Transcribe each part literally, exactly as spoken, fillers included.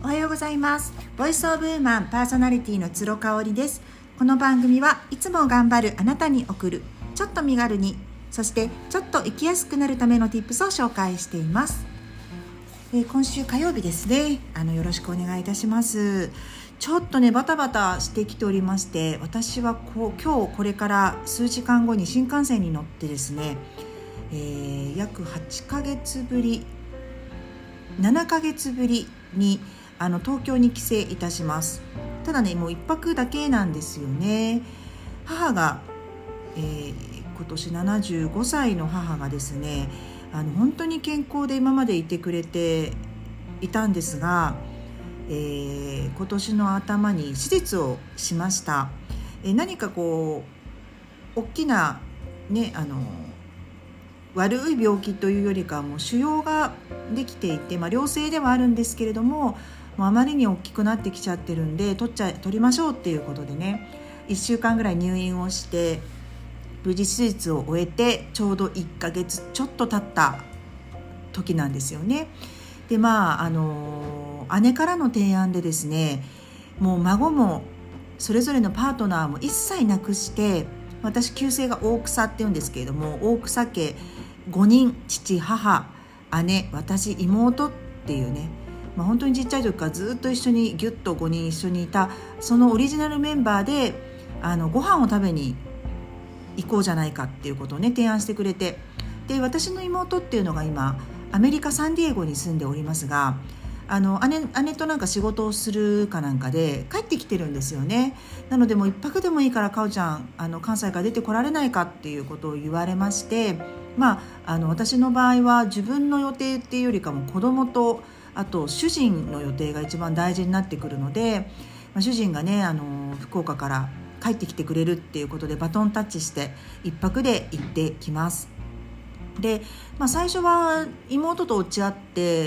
おはようございます。ボイスオブウーマンパーソナリティの鶴香織です。この番組はいつも頑張るあなたに送るちょっと身軽に、そしてちょっと生きやすくなるための Tips を紹介しています。えー、今週火曜日ですね。あのよろしくお願いいたします。ちょっとねバタバタしてきておりまして、私はこう今日これから数時間後に新幹線に乗ってですね、えー、約はちかげつぶりななかげつぶりにあの東京に帰省いたします。ただねもう一泊だけなんですよね。母が、えー、今年ななじゅうごさいの母がですね、あの本当に健康で今までいてくれていたんですが、えー、今年の頭に手術をしました。えー、何かこう大きなねあの悪い病気というよりかはもう腫瘍ができていて、まあ、良性ではあるんですけれども、もうあまりに大きくなってきちゃってるんで取っちゃ取りましょうっていうことでね、いっしゅうかんぐらい入院をして無事手術を終えてちょうどいっかげつちょっと経った時なんですよね。でまああの姉からの提案でですね、もう孫もそれぞれのパートナーも一切なくして、私旧姓が大草っていうんですけれども、大草家ごにん、父、母、姉、私、妹っていうね、まあ、本当にちっちゃい時からずっと一緒にギュッとごにん一緒にいた、そのオリジナルメンバーであのご飯を食べに行こうじゃないかっていうことをね提案してくれて、で私の妹っていうのが今アメリカサンディエゴに住んでおりますが、あの 姉, 姉となんか仕事をするかなんかで帰ってきてるんですよね。なのでもう一泊でもいいからかおちゃんあの関西から出てこられないかっていうことを言われまして、まあ、あの私の場合は自分の予定っていうよりかも子供とあと主人の予定が一番大事になってくるので、まあ、主人がねあの福岡から帰ってきてくれるっていうことでバトンタッチして一泊で行ってきます。で、まあ、最初は妹と落ち合って、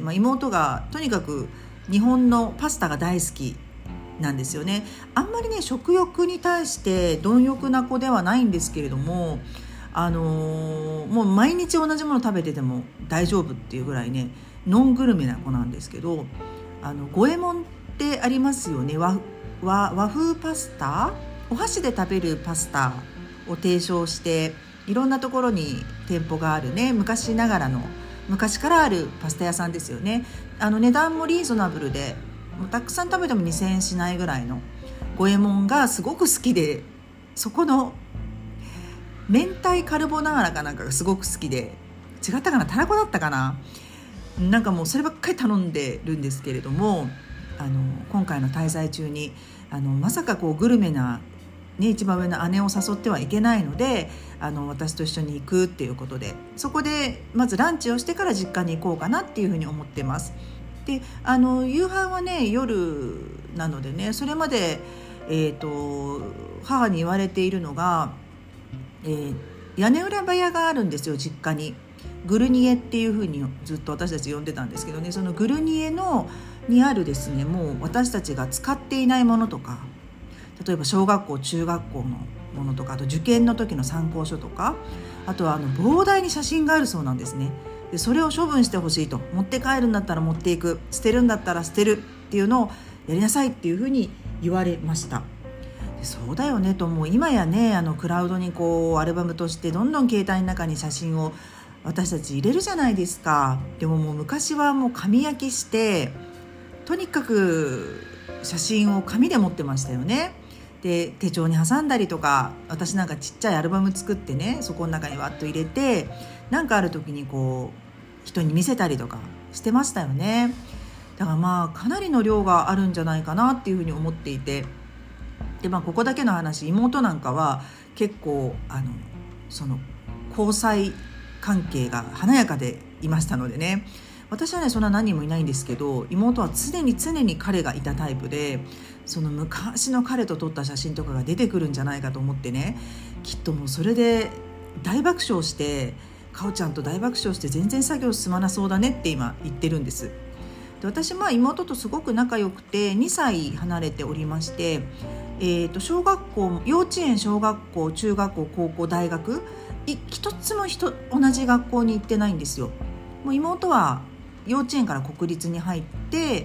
まあ、妹がとにかく日本のパスタが大好きなんですよね。あんまりね食欲に対して貪欲な子ではないんですけれども、あのー、もう毎日同じもの食べてても大丈夫っていうぐらいねノングルメな子なんですけど、あの五右衛門ってありますよね。 和, 和, 和風パスタ、お箸で食べるパスタを提唱していろんなところに店舗があるね、昔ながらの昔からあるパスタ屋さんですよね。あの値段もリーズナブルで、もうたくさん食べてもにせんえんしないぐらいの五右衛門がすごく好きで、そこの明太カルボナーラかなんかがすごく好きで、違ったかな、たらこだったかな、なんかもうそればっかり頼んでるんですけれども、あの今回の滞在中にあのまさかこうグルメなね、一番上の姉を誘ってはいけないので、あの私と一緒に行くっていうことで、そこでまずランチをしてから実家に行こうかなっていうふうに思ってます。であの夕飯はね夜なのでね、それまで、えーと、母に言われているのが、えー、屋根裏部屋があるんですよ、実家に。グルニエっていうふうにずっと私たち呼んでたんですけどね、そのグルニエのにあるですね、もう私たちが使っていないものとか、例えば小学校中学校のものとか、あと受験の時の参考書とか、あとはあの膨大に写真があるそうなんですね。でそれを処分してほしいと、持って帰るんだったら持っていく、捨てるんだったら捨てるっていうのをやりなさいっていうふうに言われました。でそうだよねと、もう今やねあのクラウドにこうアルバムとしてどんどん携帯の中に写真を私たち入れるじゃないですか。でももう昔はもう紙焼きして、とにかく写真を紙で持ってましたよね。で手帳に挟んだりとか、私なんかちっちゃいアルバム作ってね、そこの中にワッと入れて、なんかある時にこう人に見せたりとかしてましたよね。だからまあかなりの量があるんじゃないかなっていうふうに思っていて、で、まあ、ここだけの話、妹なんかは結構あのその交際関係が華やかでいましたのでね、私はねそんな何人もいないんですけど、妹は常に常に彼がいたタイプで、その昔の彼と撮った写真とかが出てくるんじゃないかと思ってね、きっともうそれで大爆笑して、かおちゃんと大爆笑して全然作業進まなそうだねって今言ってるんです。で私は妹とすごく仲良くてにさい離れておりまして、えー、と小学校、幼稚園、小学校、中学校、高校、大学、一つも一同じ学校に行ってないんですよ。もう妹は幼稚園から国立に入って、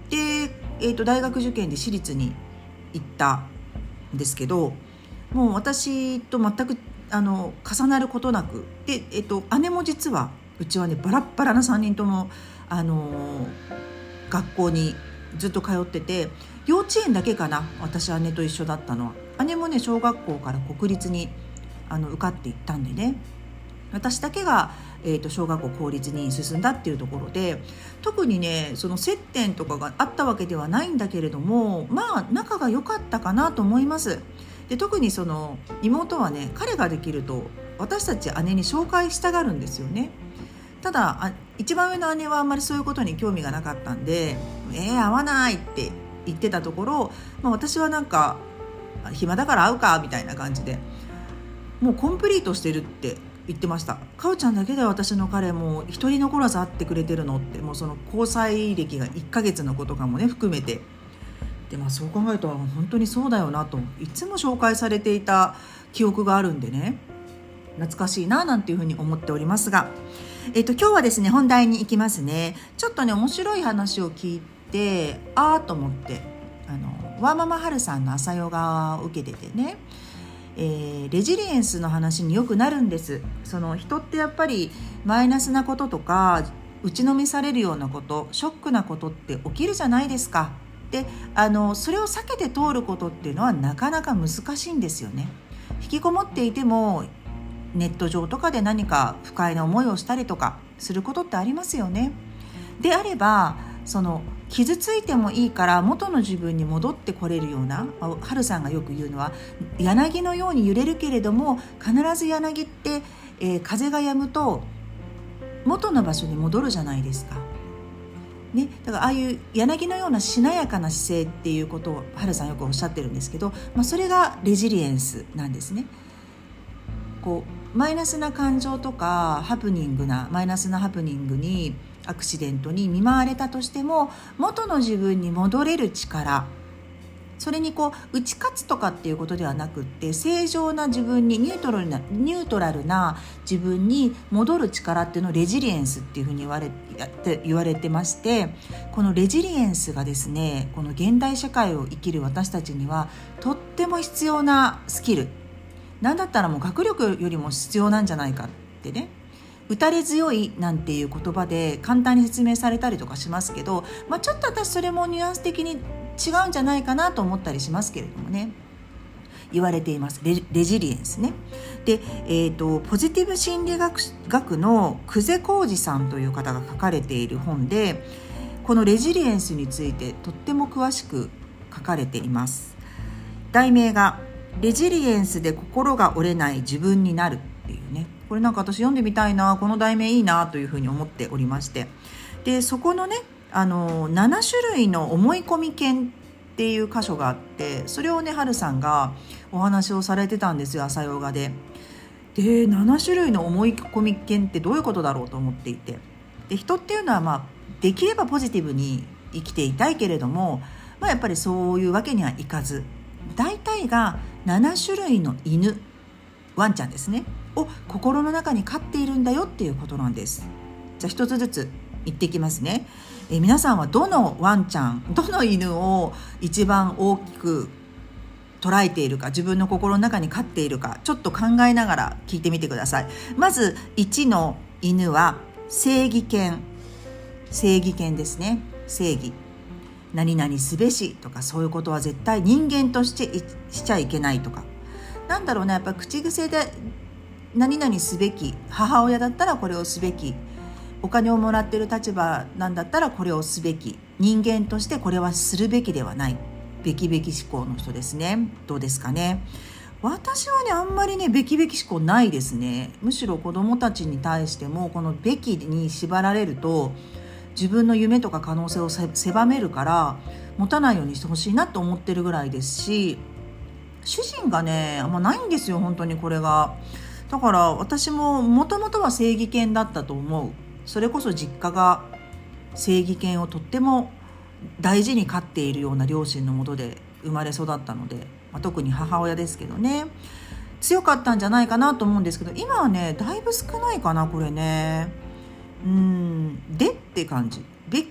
で、えーと、大学受験で私立に行ったんですけど、もう私と全くあの重なることなくで、えーと、姉も実はうちはねバラッバラなさんにんともあの学校にずっと通ってて、幼稚園だけかな私姉と一緒だったのは。姉もね小学校から国立にあの受かっていったんでね、私だけが、えーと、小学校公立に進んだっていうところで、特にねその接点とかがあったわけではないんだけれども、まあ仲が良かったかなと思います。で特にその妹はね、彼ができると私たち姉に紹介したがるんですよね。ただ一番上の姉はあんまりそういうことに興味がなかったんで、えー、会わないって言ってたところ、まあ、私はなんか暇だから会うかみたいな感じで、もうコンプリートしてるって言ってました。かおちゃんだけで私の彼もう一人残らず会ってくれてるのって、もうその交際歴がいっかげつの子とかもね含めてで、まあ、そう考えると本当にそうだよなといつも紹介されていた記憶があるんでね、懐かしいななんていうふうに思っておりますが、えっと、今日はですね本題に行きますね。ちょっとね面白い話を聞いてあーと思って、あのワーママハルさんの朝ヨガを受けててね、えー、レジリエンスの話によくなるんです。その人ってやっぱりマイナスなこととか打ちのめされるようなこと、ショックなことって起きるじゃないですか。であのそれを避けて通ることっていうのはなかなか難しいんですよね。引きこもっていてもネット上とかで何か不快な思いをしたりとかすることってありますよね。であればその傷ついてもいいから元の自分に戻ってこれるような、はるさんがよく言うのは柳のように揺れるけれども必ず柳って、えー、風が止むと元の場所に戻るじゃないですか、ね、だからああいう柳のようなしなやかな姿勢っていうことをはるさんよくおっしゃってるんですけど、まあ、それがレジリエンスなんですね。こうマイナスな感情とかハプニングなマイナスなハプニングにアクシデントに見舞われたとしても元の自分に戻れる力、それにこう打ち勝つとかっていうことではなくって正常な自分にニュートラルなニュートラルな自分に戻る力っていうのをレジリエンスっていうふうに言われて言われてまして、このレジリエンスがですねこの現代社会を生きる私たちにはとっても必要なスキル、なんだったらもう学力よりも必要なんじゃないかってね、打たれ強いなんていう言葉で簡単に説明されたりとかしますけど、まあ、ちょっと私それもニュアンス的に違うんじゃないかなと思ったりしますけれどもね、言われています レ, レジリエンスね。で、えーと、ポジティブ心理 学, 学の久世浩二さんという方が書かれている本でこのレジリエンスについてとっても詳しく書かれています。題名がレジリエンスで心が折れない自分になるっていうね、これなんか私読んでみたいな、この題名いいなというふうに思っておりまして、でそこのねあのなな種類の思い込み犬っていう箇所があって、それをねはるさんがお話をされてたんですよ、朝ヨガで。でなな種類の思い込み犬ってどういうことだろうと思っていて、で人っていうのは、まあ、できればポジティブに生きていたいけれども、まあ、やっぱりそういうわけにはいかず、大体がなな種類の犬、ワンちゃんですねを心の中に飼っているんだよっていうことなんです。じゃあ一つずつ言っていきますね。え皆さんはどのワンちゃん、どの犬を一番大きく捉えているか、自分の心の中に飼っているか、ちょっと考えながら聞いてみてください。まずいちの犬は正義犬。正義犬ですね。正義、何々すべしとか、そういうことは絶対人間としてしちゃいけないとか、なんだろうね、やっぱ口癖で何々すべき、母親だったらこれをすべき、お金をもらっている立場なんだったらこれをすべき、人間としてこれはするべきではない、べきべき思考の人ですね。どうですかね。私はねあんまりねべきべき思考ないですね。むしろ子どもたちに対してもこのべきに縛られると自分の夢とか可能性を狭めるから持たないようにしてほしいなと思ってるぐらいですし、主人がねあんまないんですよ本当にこれが。だから私ももともとは正義犬だったと思う。それこそ実家が正義犬をとっても大事に飼っているような両親のもとで生まれ育ったので、まあ、特に母親ですけどね、強かったんじゃないかなと思うんですけど、今はねだいぶ少ないかなこれね。うーんでって感じ。べ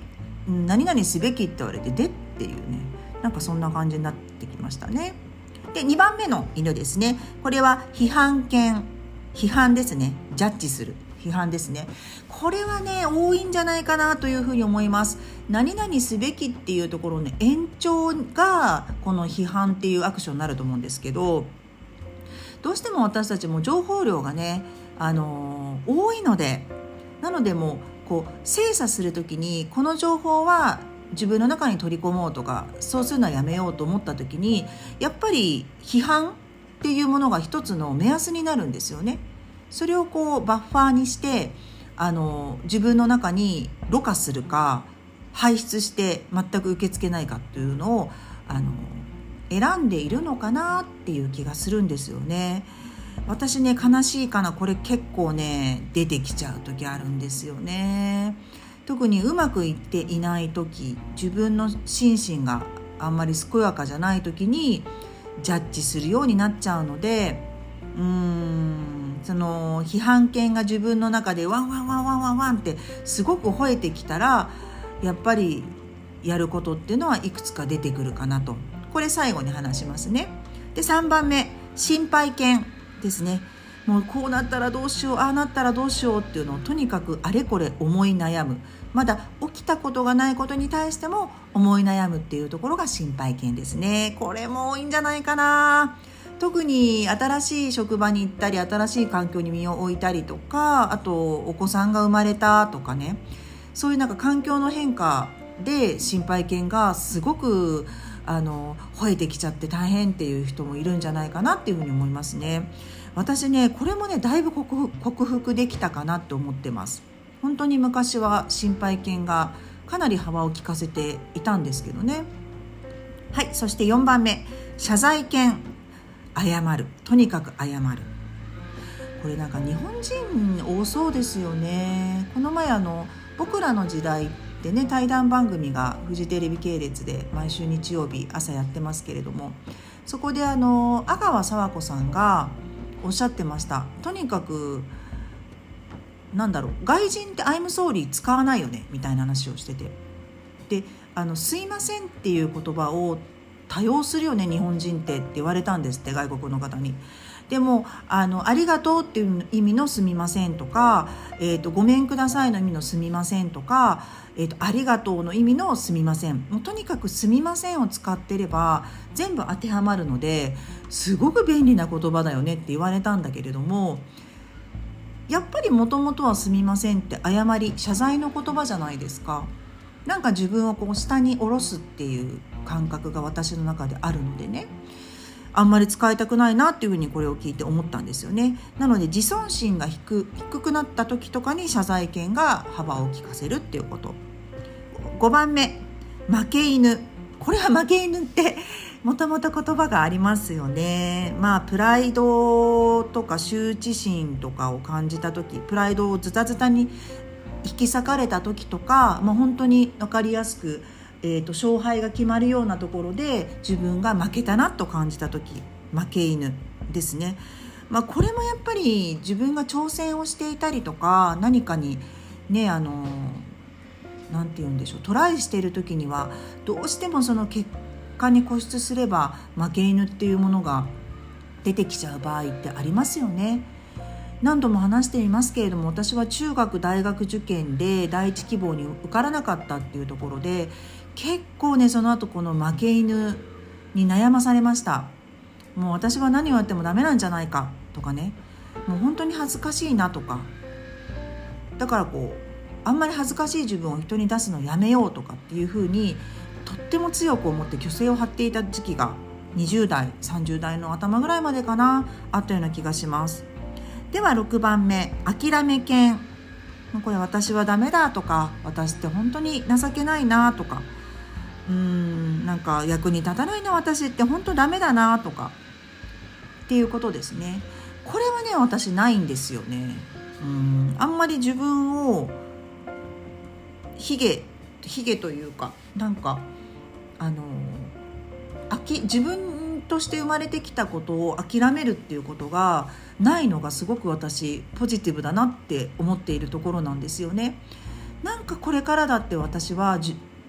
何々すべきって言われてでっていうね、なんかそんな感じになってきましたね。でにばんめの犬ですね。これは批判犬、批判ですね。ジャッジする批判ですね。これはね多いんじゃないかなというふうに思います。何々すべきっていうところの延長がこの批判っていうアクションになると思うんですけど、どうしても私たちも情報量がね、あのー、多いので、なのでもうこう精査するときにこの情報は自分の中に取り込もうとか、そうするのはやめようと思ったときに、やっぱり批判っていうものが一つの目安になるんですよね。それをこうバッファーにしてあの自分の中にろ過するか排出して全く受け付けないかっていうのをあの選んでいるのかなっていう気がするんですよね。私ね悲しいかな、これ結構ね出てきちゃう時あるんですよね。特にうまくいっていない時、自分の心身があんまり健やかじゃない時にジャッジするようになっちゃうので、うーんその批判犬が自分の中でワンワンワンワンワンワンってすごく吠えてきたら、やっぱりやることっていうのはいくつか出てくるかなと。これ最後に話しますね。でさんばんめ、心配犬ですね。もうこうなったらどうしよう、ああなったらどうしようっていうのをとにかくあれこれ思い悩む。まだ起きたことがないことに対しても思い悩むっていうところが心配犬ですね。これも多いんじゃないかな。特に新しい職場に行ったり、新しい環境に身を置いたりとか、あとお子さんが生まれたとかね、そういうなんか環境の変化で心配犬がすごくあの吠えてきちゃって大変っていう人もいるんじゃないかなっていうふうに思いますね。私ねこれもねだいぶ克服、克服できたかなって思ってます。本当に昔は心配犬がかなり幅を利かせていたんですけどね。はい、そしてよんばんめ、謝罪犬。謝る、とにかく謝る。これなんか日本人多そうですよね。この前あの僕らの時代でね、対談番組がフジテレビ系列で毎週日曜日朝やってますけれども、そこであの阿川佐和子さんがおっしゃってました。とにかくなんだろう、外人って I'm sorry 使わないよねみたいな話をしてて、であのすいませんっていう言葉を多用するよね日本人ってって言われたんですって、外国の方に。でも あのありがとうっていう意味のすみませんとか、えー、とごめんくださいの意味のすみませんとか、えー、とありがとうの意味のすみません、もうとにかくすみませんを使ってれば全部当てはまるので、すごく便利な言葉だよねって言われたんだけれども、やっぱりもともとはすみませんって謝り、謝罪の言葉じゃないですか。なんか自分をこう下に下ろすっていう感覚が私の中であるのでね、あんまり使いたくないなっていうふうにこれを聞いて思ったんですよね。なので自尊心が 低, 低くなった時とかに謝罪権が幅を利かせるっていうこと。ごばんめ、負け犬。これは負け犬ってもともと言葉がありますよね。まあプライドとか羞恥心とかを感じた時、プライドをズタズタに引き裂かれた時とか、まあ、本当に分かりやすく、えーと、勝敗が決まるようなところで自分が負けたなと感じた時、負け犬ですね。まあ、これもやっぱり自分が挑戦をしていたりとか、何かにね、あのなんて言うんでしょう、トライしている時にはどうしてもその結果に固執すれば負け犬っていうものが出てきちゃう場合ってありますよね。何度も話していますけれども、私は中学大学受験で第一希望に受からなかったっていうところで、結構ねその後この負け犬に悩まされました。もう私は何をやってもダメなんじゃないかとかね、もう本当に恥ずかしいなとか、だからこうあんまり恥ずかしい自分を人に出すのやめようとかっていうふうにとっても強く思って虚勢を張っていた時期がにじゅう代さんじゅう代の頭ぐらいまでかな、あったような気がします。ではろくばんめ、諦め犬。これ私はダメだとか、私って本当に情けないなとか、うーんなんか役に立たないな私って本当ダメだなとかっていうことですね。これはね私ないんですよね。うーんあんまり自分を卑下卑下というか、なんかあのあき自分として生まれてきたことを諦めるっていうことがないのがすごく私ポジティブだなって思っているところなんですよね。なんかこれからだって私はじ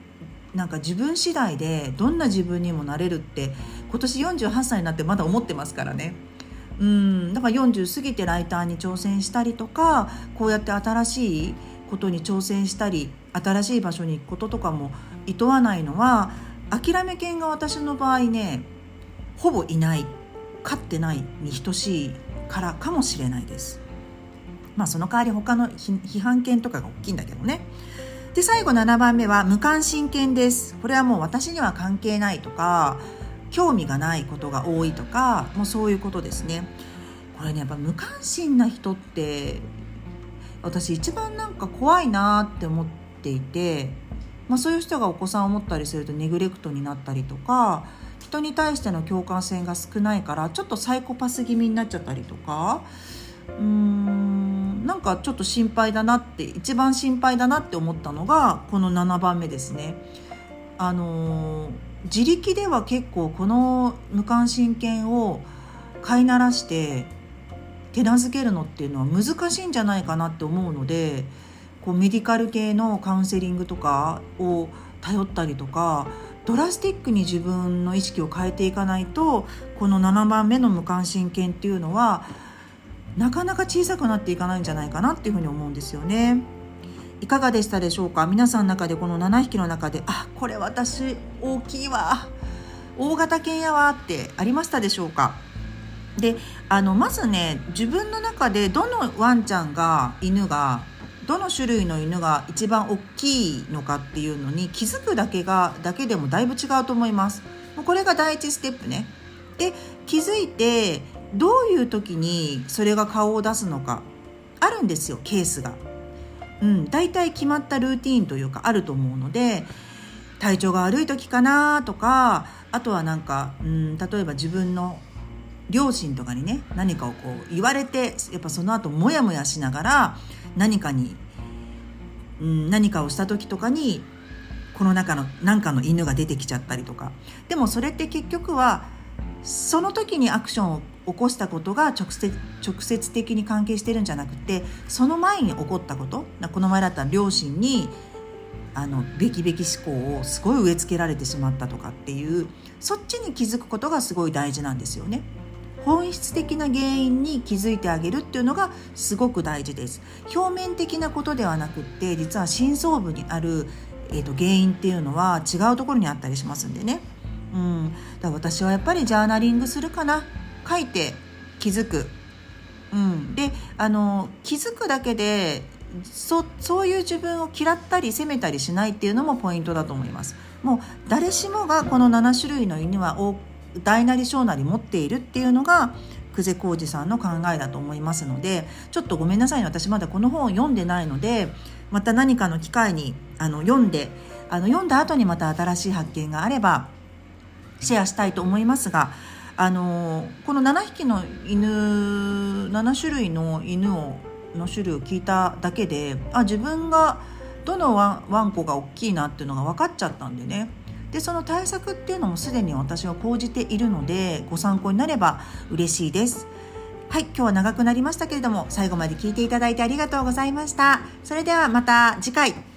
なんか自分次第でどんな自分にもなれるって今年よんじゅうはっさいになってまだ思ってますからね。うんだからよんじゅう過ぎてライターに挑戦したりとか、こうやって新しいことに挑戦したり新しい場所に行くこととかも厭わないのは、諦め犬が私の場合ねほぼいない、飼ってないに等しいからかもしれないです。まあその代わり他の批判犬とかが大きいんだけどね。で最後ななばんめは無関心犬です。これはもう私には関係ないとか興味がないことが多いとか、もうそういうことですね。これねやっぱ無関心な人って私一番なんか怖いなって思っていて、まあ、そういう人がお子さんを持ったりするとネグレクトになったりとか、人に対しての共感性が少ないからちょっとサイコパス気味になっちゃったりとか、うーんなんかちょっと心配だなって、一番心配だなって思ったのがこのななばんめですね。あのー、自力では結構この無関心犬を飼いならして手なずけるのっていうのは難しいんじゃないかなって思うので、こうメディカル系のカウンセリングとかを頼ったりとか、ドラスティックに自分の意識を変えていかないと、このななばんめの無関心犬っていうのはなかなか小さくなっていかないんじゃないかなっていうふうに思うんですよね。いかがでしたでしょうか。皆さんの中でこのななひきの中で、あ、これ私大きいわ、大型犬やわってありましたでしょうか。であのまずね、自分の中でどのワンちゃんが犬がどの種類の犬が一番大きいのかっていうのに気づくだけがだけでもだいぶ違うと思います。これが第一ステップね。で気づいてどういう時にそれが顔を出すのかあるんですよ、ケースが。うん、だいたい決まったルーティーンというかあると思うので、体調が悪い時かなとか、あとはなんか、うん、例えば自分の両親とかにね何かをこう言われて、やっぱその後モヤモヤしながら何かに、うん、何かをした時とかにこの中の何かの犬が出てきちゃったりとか。でもそれって結局はその時にアクションを起こしたことが直接、直接的に関係してるんじゃなくて、その前に起こったこと、この前だったら両親にあのべきべき思考をすごい植え付けられてしまったとかっていう、そっちに気づくことがすごい大事なんですよね。本質的な原因に気づいてあげるっていうのがすごく大事です。表面的なことではなくって、実は深層部にある、えーと、原因っていうのは違うところにあったりしますんでね。うん、だから私はやっぱりジャーナリングするかな。書いて気づく、うん、であの気づくだけで そ, そういう自分を嫌ったり責めたりしないっていうのもポイントだと思います。もう誰しもがこのなな種類の犬は大なり小なり持っているっていうのが久世浩二さんの考えだと思いますので、ちょっとごめんなさいね、私まだこの本を読んでないので、また何かの機会にあの読んであの読んだ後にまた新しい発見があればシェアしたいと思いますが、あのこのななひきの犬、なな種類の犬をの種類を聞いただけで、あ、自分がどのワン、ワンコが大きいなっていうのが分かっちゃったんでね。でその対策っていうのもすでに私は講じているので、ご参考になれば嬉しいです。はい、今日は長くなりましたけれども、最後まで聞いていただいてありがとうございました。それではまた次回。